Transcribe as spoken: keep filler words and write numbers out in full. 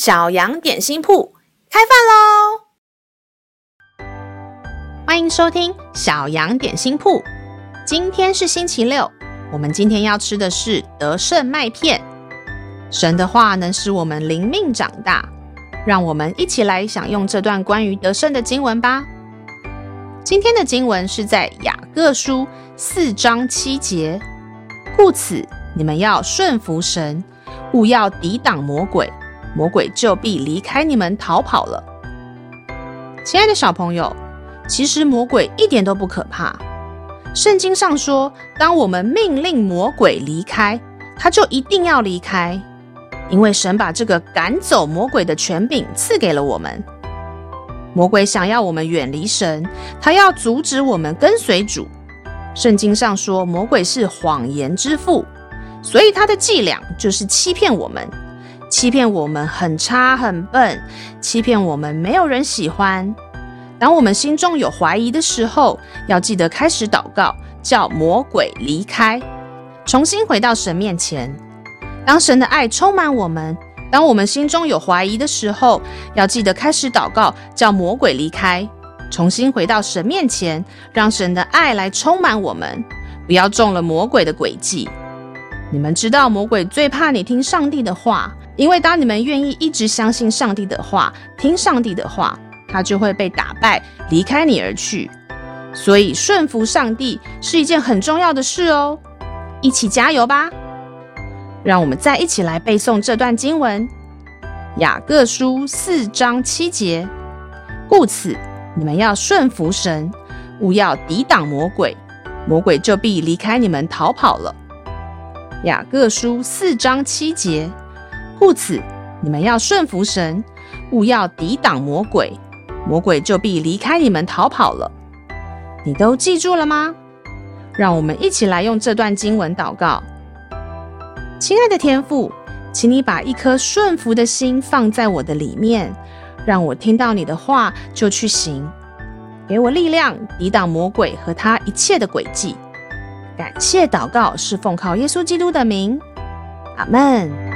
小羊点心铺开饭喽！欢迎收听小羊点心铺。今天是星期六，我们今天要吃的是得胜麦片。神的话能使我们灵命长大，让我们一起来享用这段关于得胜的经文吧。今天的经文是在雅各书四章七节，故此你们要顺服神，勿要抵挡魔鬼，魔鬼就必离开你们逃跑了。亲爱的小朋友，其实魔鬼一点都不可怕。圣经上说，当我们命令魔鬼离开，他就一定要离开，因为神把这个赶走魔鬼的权柄赐给了我们。魔鬼想要我们远离神，他要阻止我们跟随主。圣经上说，魔鬼是谎言之父，所以他的伎俩就是欺骗我们，欺骗我们很差很笨，欺骗我们没有人喜欢。当我们心中有怀疑的时候，要记得开始祷告，叫魔鬼离开，重新回到神面前。当神的爱充满我们，当我们心中有怀疑的时候，要记得开始祷告，叫魔鬼离开，重新回到神面前，让神的爱来充满我们，不要中了魔鬼的诡计。你们知道魔鬼最怕你听上帝的话，因为当你们愿意一直相信上帝的话，听上帝的话，他就会被打败，离开你而去。所以顺服上帝是一件很重要的事哦，一起加油吧！让我们再一起来背诵这段经文，雅各书四章七节，故此你们要顺服神，勿要抵挡魔鬼，魔鬼就必离开你们逃跑了。雅各书四章七节，故此你们要顺服神，勿要抵挡魔鬼，魔鬼就必离开你们逃跑了。你都记住了吗？让我们一起来用这段经文祷告。亲爱的天父，请你把一颗顺服的心放在我的里面，让我听到你的话就去行，给我力量抵挡魔鬼和他一切的诡计。感谢祷告是奉靠耶稣基督的名，阿们。